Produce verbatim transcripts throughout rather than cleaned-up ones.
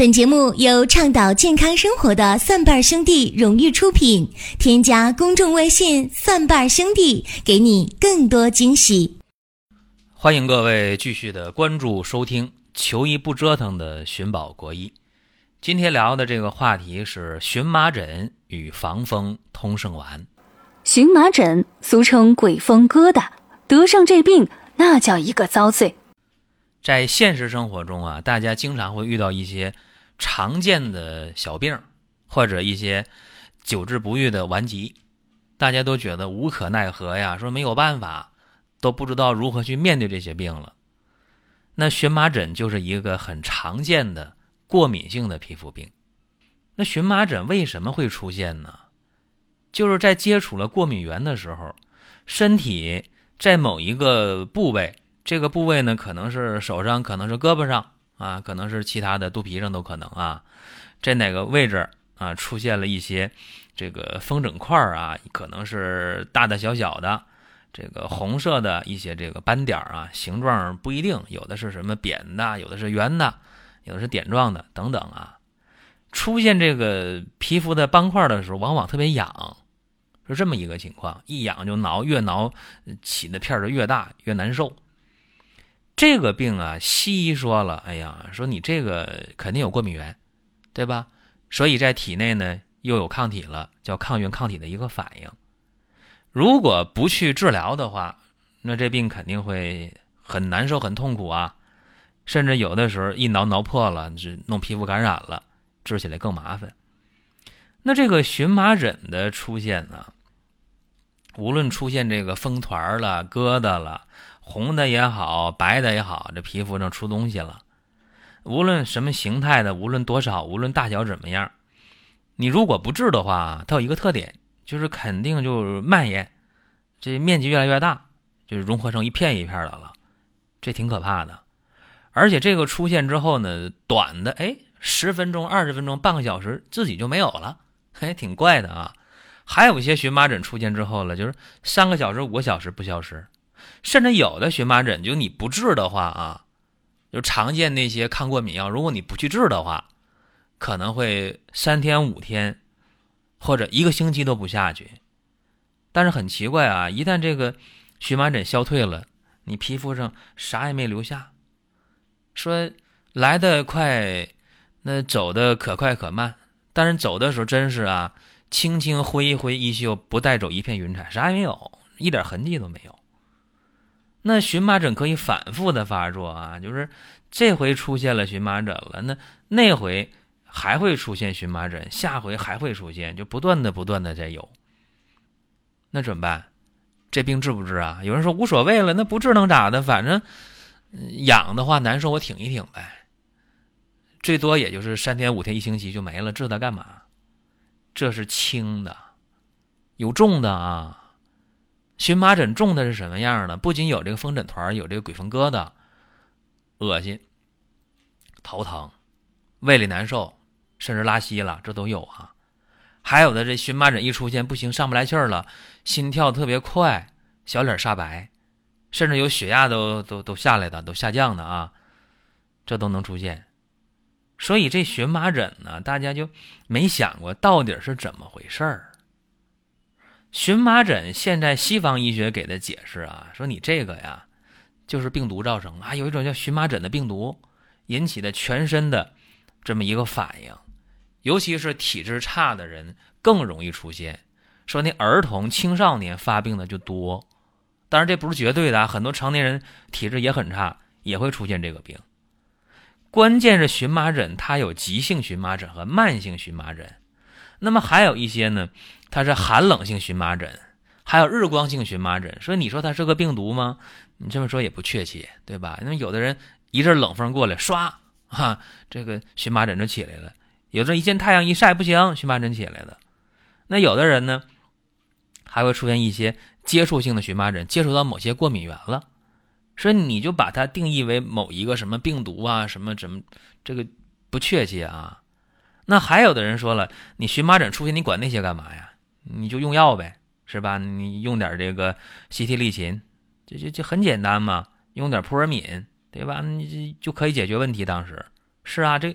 本节目由倡导健康生活的蒜瓣兄弟荣誉出品，添加公众微信蒜瓣兄弟，给你更多惊喜。 欢迎各位继续的关注收听求医不折腾的寻宝国医。今天聊的这个话题是荨麻疹与防风通圣丸。 荨麻疹俗称鬼风疙瘩，得上这病那叫一个遭罪。 在现实生活中啊，大家经常会遇到一些常见的小病，或者一些久治不愈的顽疾，大家都觉得无可奈何呀，说没有办法，都不知道如何去面对这些病了。那荨麻疹就是一个很常见的过敏性的皮肤病。那荨麻疹为什么会出现呢？就是在接触了过敏源的时候，身体在某一个部位，这个部位呢可能是手上，可能是胳膊上啊，可能是其他的肚皮上都可能啊，在哪个位置啊出现了一些这个风疹块啊，可能是大大小小的这个红色的一些这个斑点啊，形状不一定，有的是什么扁的，有的是圆的，有的是点状的等等啊。出现这个皮肤的斑块的时候，往往特别痒，是这么一个情况，一痒就挠，越挠起的片儿就越大，越难受。这个病啊，西医说了，哎呀，说你这个肯定有过敏源，对吧？所以在体内呢又有抗体了，叫抗原抗体的一个反应。如果不去治疗的话，那这病肯定会很难受，很痛苦啊，甚至有的时候一挠挠破了，就弄皮肤感染了，治起来更麻烦。那这个荨麻疹的出现呢，无论出现这个风团了、疙瘩了，红的也好，白的也好，这皮肤上出东西了，无论什么形态的，无论多少，无论大小怎么样，你如果不治的话，它有一个特点，就是肯定就蔓延，这面积越来越大，就是融合成一片一片的了，这挺可怕的。而且这个出现之后呢，短的哎十分钟、二十分钟、半个小时自己就没有了，还挺怪的啊。还有一些荨麻疹出现之后了，就是三个小时、五个小时不消失，甚至有的荨麻疹就你不治的话啊，就常见那些抗过敏药，如果你不去治的话，可能会三天五天或者一个星期都不下去。但是很奇怪啊，一旦这个荨麻疹消退了，你皮肤上啥也没留下，说来得快，那走得可快可慢，但是走的时候真是啊，轻轻挥一挥衣袖，不带走一片云彩，啥也没有，一点痕迹都没有。那荨麻疹可以反复的发作啊，就是这回出现了荨麻疹了，那那回还会出现荨麻疹，下回还会出现，就不断的不断的在有。那怎么办？这病治不治啊？有人说无所谓了，那不治能咋的？反正痒的话难受，我挺一挺呗，最多也就是三天五天一星期就没了，治它干嘛？这是轻的，有重的啊。荨麻疹重的是什么样的？不仅有这个风疹团，有这个鬼风疙瘩，恶心、头疼、胃里难受，甚至拉稀了，这都有啊。还有的这荨麻疹一出现不行，上不来气儿了，心跳特别快，小脸煞白，甚至有血压都都都下来的，都下降的啊，这都能出现。所以这荨麻疹呢，大家就没想过到底是怎么回事儿。荨麻疹现在西方医学给的解释啊，说你这个呀就是病毒造成啊，有一种叫荨麻疹的病毒引起的全身的这么一个反应，尤其是体质差的人更容易出现，说那儿童青少年发病的就多，当然这不是绝对的啊，很多成年人体质也很差，也会出现这个病。关键是荨麻疹它有急性荨麻疹和慢性荨麻疹，那么还有一些呢，它是寒冷性荨麻疹，还有日光性荨麻疹。所以你说它是个病毒吗？你这么说也不确切，对吧？因为有的人一阵冷风过来，唰哈，这个荨麻疹就起来了；有的人一见太阳一晒不行，荨麻疹起来了。那有的人呢，还会出现一些接触性的荨麻疹，接触到某些过敏源了。所以你就把它定义为某一个什么病毒啊，什么什么，这个不确切啊。那还有的人说了，你荨麻疹出现，你管那些干嘛呀？你就用药呗，是吧？你用点这个西替利嗪，这这这很简单嘛，用点扑尔敏，对吧？你就可以解决问题。当时是啊，这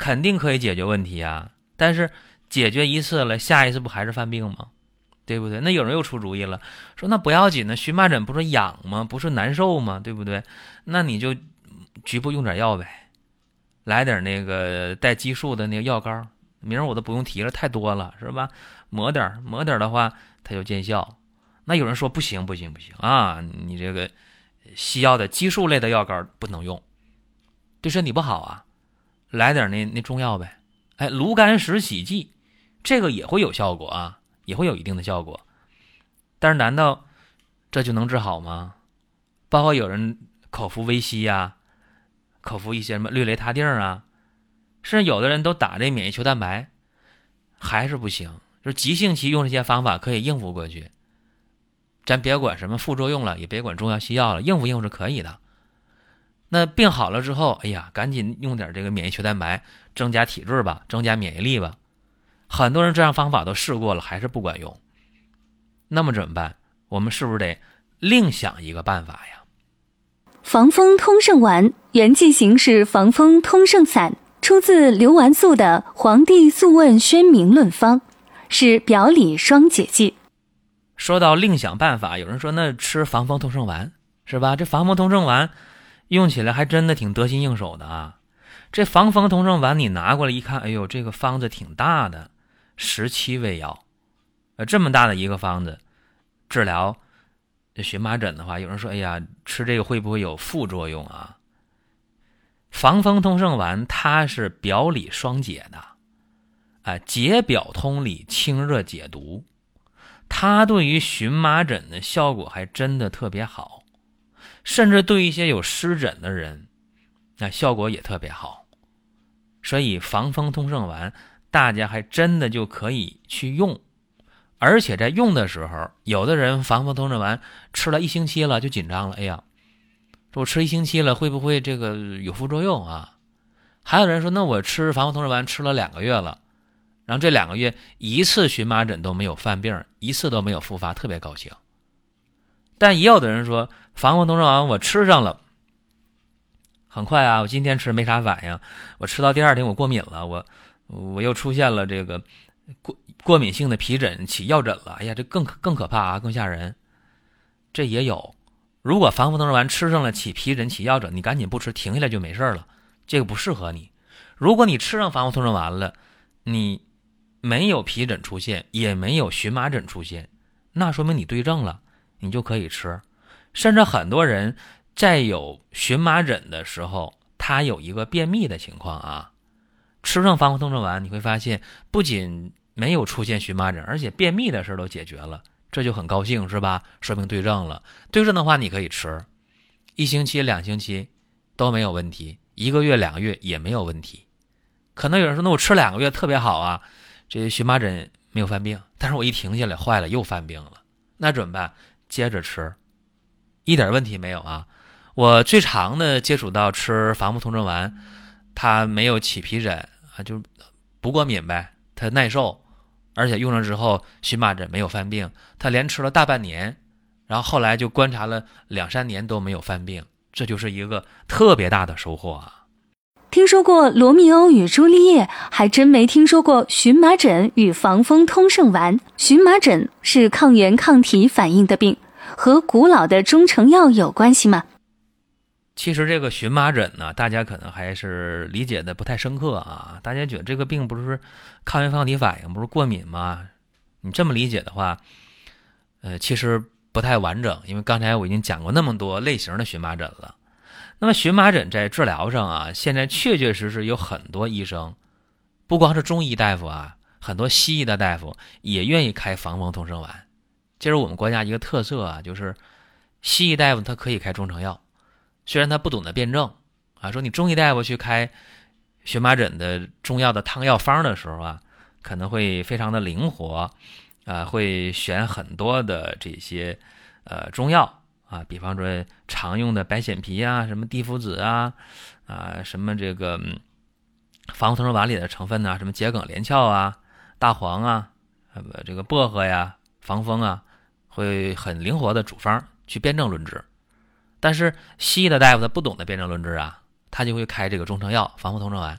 肯定可以解决问题啊，但是解决一次了，下一次不还是犯病吗？对不对？那有人又出主意了，说那不要紧呢，荨麻疹不是痒吗？不是难受吗？对不对？那你就局部用点药呗，来点那个带激素的那个药膏，名儿我都不用提了，太多了，是吧？抹点抹点的话，它就见效。那有人说不行不行不行啊，你这个西药的激素类的药膏不能用，对身体不好啊，来点那那中药呗。哎，炉甘石洗剂，这个也会有效果啊，也会有一定的效果。但是难道这就能治好吗？包括有人口服维 C 啊，口服一些什么氯雷他定啊，甚至有的人都打这免疫球蛋白，还是不行。就是急性期用这些方法可以应付过去，咱别管什么副作用了，也别管中药西药了，应付应付是可以的。那病好了之后，哎呀，赶紧用点这个免疫球蛋白，增加体质吧，增加免疫力吧。很多人这样方法都试过了，还是不管用。那么怎么办？我们是不是得另想一个办法呀？ 防风通圣丸原剂型是防风通圣散，出自刘完素的《黄帝素问宣明论方》，是表里双解剂。 说到另想办法，有人说那吃防风通圣丸是吧？这防风通圣丸用起来还真的挺得心应手的啊。这防风通圣丸你拿过来一看，哎呦，这个方子挺大的，十七味药，呃，这么大的一个方子，治疗荨麻疹的话，有人说，哎呀，吃这个会不会有副作用啊？防风通圣丸它是表里双解的，啊，解表通里，清热解毒，它对于荨麻疹的效果还真的特别好，甚至对一些有湿疹的人，那效果也特别好。所以防风通圣丸大家还真的就可以去用，而且在用的时候，有的人防风通圣丸吃了一星期了就紧张了，哎呀，说我吃一星期了会不会这个有副作用啊？还有人说，那我吃防风通圣丸吃了两个月了，然后这两个月一次荨麻疹都没有犯病，一次都没有复发，特别高兴。但也有的人说，防风通圣丸我吃上了，很快啊，我今天吃没啥反应，我吃到第二天我过敏了，我我又出现了这个过过敏性的皮疹，起药疹了，哎呀，这更更可怕啊，更吓人。这也有，如果防风通圣丸吃上了起皮疹起药疹，你赶紧不吃，停下来就没事了，这个不适合你。如果你吃上防风通圣丸了，你没有皮疹出现，也没有荨麻疹出现，那说明你对症了，你就可以吃。甚至很多人在有荨麻疹的时候，他有一个便秘的情况啊，吃上防风通圣丸，你会发现不仅没有出现荨麻疹，而且便秘的事都解决了，这就很高兴是吧？说明对症了。对症的话你可以吃一星期两星期都没有问题，一个月两个月也没有问题。可能有人说，那我吃两个月特别好啊，这荨麻疹没有犯病，但是我一停下来坏了，又犯病了，那怎么办？接着吃，一点问题没有啊。我最长的接触到吃防风通圣丸，它没有起皮疹啊，就不过敏呗，它耐受，而且用上之后荨麻疹没有犯病，他连吃了大半年，然后后来就观察了两三年都没有犯病，这就是一个特别大的收获啊。 听说过罗密欧与朱丽叶，还真没听说过荨麻疹与防风通圣丸。荨麻疹是抗原抗体反应的病，和古老的中成药有关系吗？ 其实这个荨麻疹呢，大家可能还是理解的不太深刻啊。大家觉得这个病不是抗原抗体反应，不是过敏吗？你这么理解的话，呃，其实不太完整，因为刚才我已经讲过那么多类型的荨麻疹了。那么荨麻疹在治疗上啊，现在确确实实有很多医生，不光是中医大夫啊，很多西医的大夫也愿意开防风通圣丸。这是我们国家一个特色啊，就是西医大夫他可以开中成药，虽然他不懂得辩证啊，说你中医大夫去开荨麻疹的中药的汤药方的时候啊，可能会非常的灵活啊，会选很多的这些呃中药啊，比方说常用的白藓皮啊，什么地肤子啊，啊什么这个嗯防风通圣丸里的成分呢，什么桔梗连翘啊、大黄啊、这个薄荷呀、防风啊，会很灵活的主方去辩证论治。但是西医的大夫他不懂得辩证论治啊，他就会开这个中成药防风通圣丸，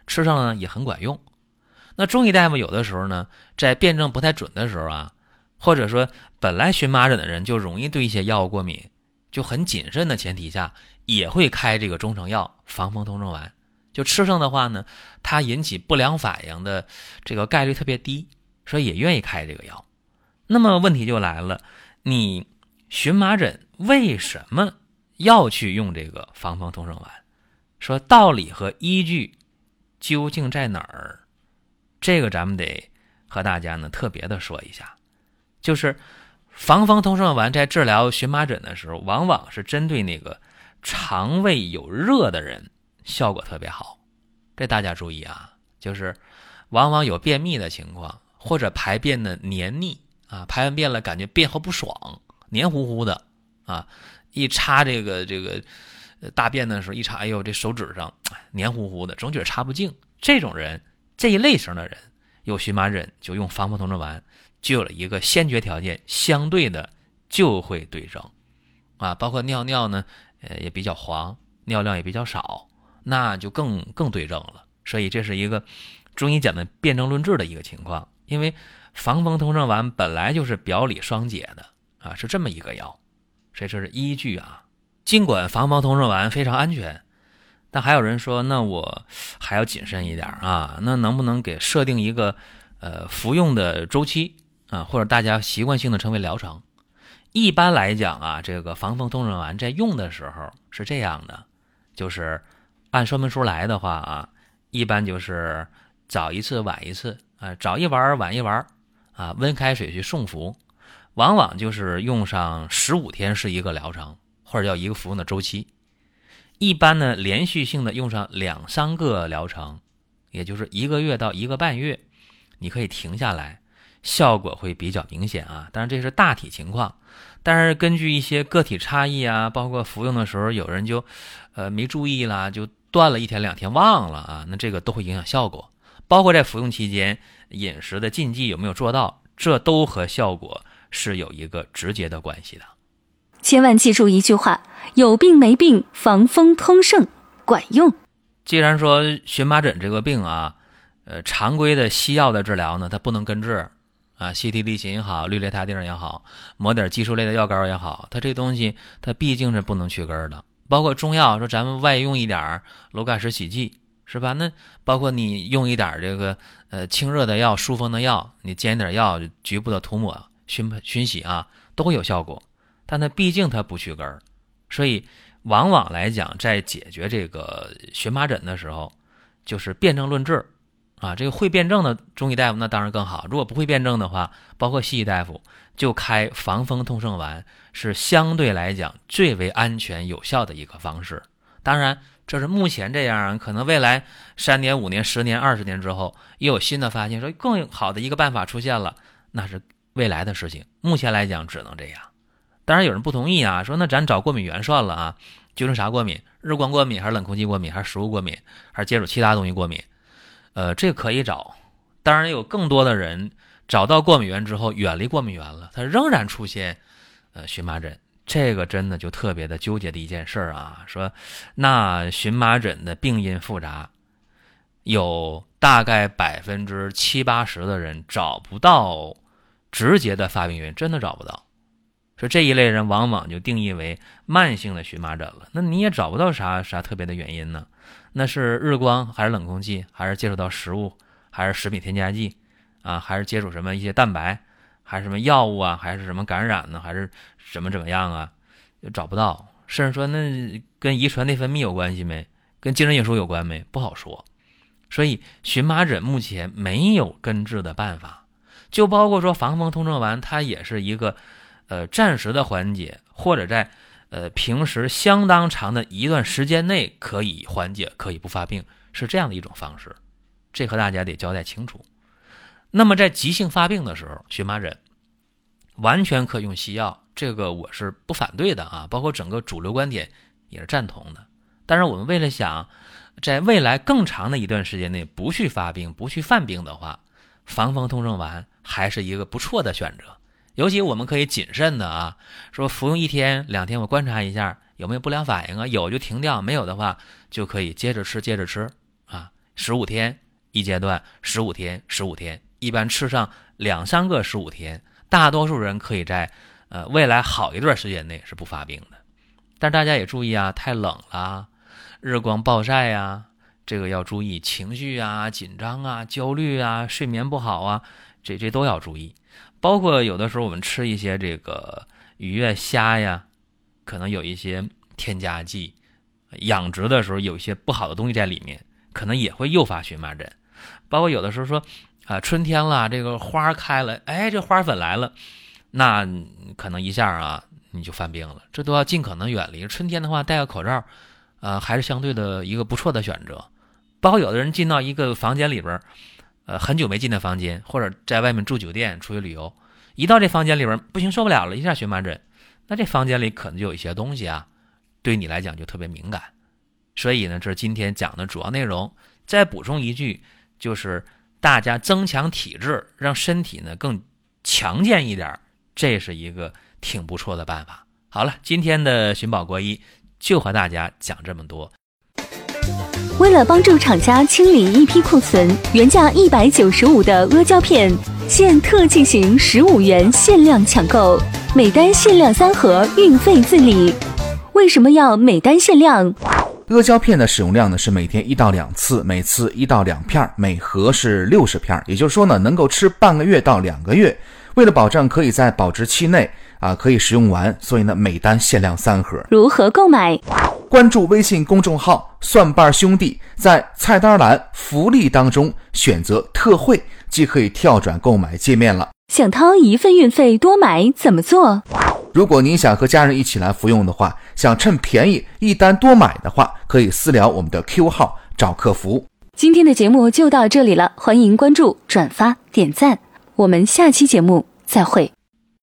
吃上呢也很管用。那中医大夫有的时候呢，在辨证不太准的时候啊，或者说本来荨麻疹的人就容易对一些药物过敏，就很谨慎的前提下，也会开这个中成药防风通症丸。就吃上的话呢，它引起不良反应的这个概率特别低，所以也愿意开这个药。那么问题就来了，你荨麻疹为什么要去用这个防风通症丸？说道理和依据究竟在哪儿？这个咱们得和大家呢特别的说一下，就是防风通症丸在治疗荨麻疹的时候，往往是针对那个肠胃有热的人效果特别好。这大家注意啊，就是往往有便秘的情况，或者排便的黏腻啊，排完便了感觉便后不爽，黏糊糊的啊，一插这个这个大便的时候一插，哎呦这手指上黏糊糊的，总觉得插不净。这种人，这一类型的人有荨麻疹，就用防风通症丸，就有了一个先决条件，相对的就会对症啊，包括尿尿呢，呃也比较黄，尿量也比较少，那就更更对症了。所以这是一个中医讲的辨证论治的一个情况，因为防风通症丸本来就是表里双解的啊，是这么一个药，所以这是依据啊。尽管防风通症丸非常安全，但还有人说，那我还要谨慎一点啊，那能不能给设定一个呃服用的周期啊，或者大家习惯性的称为疗程？一般来讲啊，这个防风通症丸在用的时候是这样的，就是按说明书来的话啊，一般就是早一次晚一次啊，早一丸晚一丸啊，温开水去送服，往往就是用上十五天是一个疗程，或者叫一个服用的周期。一般呢，连续性的用上两三个疗程，也就是一个月到一个半月，你可以停下来，效果会比较明显啊。当然这是大体情况，但是根据一些个体差异啊，包括服用的时候有人就呃没注意啦，就断了一天两天忘了啊，那这个都会影响效果。包括在服用期间饮食的禁忌有没有做到，这都和效果是有一个直接的关系的。 千万记住一句话，有病没病，防风通圣管用。 既然说荨麻疹这个病啊，呃，常规的西药的治疗呢，它不能根治啊，西替利嗪也好，氯雷他定也好，抹点激素类的药膏也好，它这东西它毕竟是不能去根的。包括中药，说咱们外用一点螺杆石洗剂，是吧？那包括你用一点这个呃清热的药、疏风的药，你煎点药局部的涂抹、熏熏洗啊，都会有效果。但它毕竟它不去根儿，所以往往来讲，在解决这个荨麻疹的时候，就是辨证论治啊。这个会辨证的中医大夫那当然更好，如果不会辨证的话，包括西医大夫就开防风通圣丸，是相对来讲最为安全有效的一个方式。当然这是目前这样，可能未来三年、五年、十年、二十年之后，又有新的发现，说更好的一个办法出现了，那是未来的事情。目前来讲，只能这样。当然有人不同意啊，说那咱找过敏源算了啊，究竟啥过敏？日光过敏还是冷空气过敏，还是食物过敏，还是接触其他东西过敏？呃，这个可以找。当然有更多的人找到过敏源之后，远离过敏源了，他仍然出现呃荨麻疹，这个真的就特别的纠结的一件事啊。说那荨麻疹的病因复杂，有大概百分之七八十的人找不到直接的发病原因，真的找不到。说这一类人往往就定义为慢性的荨麻疹了，那你也找不到啥啥特别的原因呢？那是日光还是冷空气，还是接触到食物，还是食品添加剂啊，还是接触什么一些蛋白，还是什么药物啊，还是什么感染呢，还是什么怎么样啊？找不到。甚至说那跟遗传内分泌有关系没？跟精神因素有关没？不好说。所以荨麻疹目前没有根治的办法，就包括说防风通症丸，它也是一个呃，暂时的缓解，或者在呃平时相当长的一段时间内可以缓解，可以不发病，是这样的一种方式。这和大家得交代清楚。那么在急性发病的时候，荨麻疹完全可用西药，这个我是不反对的啊，包括整个主流观点也是赞同的。但是我们为了想在未来更长的一段时间内不去发病、不去犯病的话，防风通症丸还是一个不错的选择。尤其我们可以谨慎的啊，说服用一天两天，我观察一下有没有不良反应啊，有就停掉，没有的话就可以接着吃接着吃啊， 十五天一阶段，十五天十五天，一般吃上两三个十五天，大多数人可以在呃未来好一段时间内是不发病的。但大家也注意啊，太冷了，日光暴晒啊，这个要注意，情绪啊、紧张啊、焦虑啊、睡眠不好啊，这这都要注意。包括有的时候我们吃一些这个鱼呀、虾呀，可能有一些添加剂，养殖的时候有一些不好的东西在里面，可能也会诱发荨麻疹。包括有的时候说啊，春天了，这个花开了，哎，这花粉来了，那可能一下啊你就犯病了，这都要尽可能远离。春天的话，戴个口罩，呃，还是相对的一个不错的选择。包括有的人进到一个房间里边，呃，很久没进的房间，或者在外面住酒店、出去旅游，一到这房间里边，不行，受不了了，一下荨麻疹，那这房间里可能就有一些东西啊，对你来讲就特别敏感。所以呢，这是今天讲的主要内容。再补充一句，就是大家增强体质，让身体呢更强健一点，这是一个挺不错的办法。好了，今天的寻宝国医就和大家讲这么多。 为了帮助厂家清理一批库存，原价一百九十五的阿胶片现特进行十五元限量抢购，每单限量三盒，运费自理。为什么要每单限量？ 阿胶片的使用量呢是每天一到两次，每次一到两片，每盒是六十片，也就是说呢，能够吃半个月到两个月。为了保证可以在保质期内啊可以使用完，所以呢每单限量三盒。 如何购买？ 关注微信公众号蒜瓣兄弟，在菜单栏福利当中选择特惠，即可以跳转购买界面了。 想掏一份运费多买怎么做？ 如果您想和家人一起来服用的话，想趁便宜一单多买的话，可以私聊我们的 Q 号找客服。 今天的节目就到这里了，欢迎关注、转发、点赞，我们下期节目再会。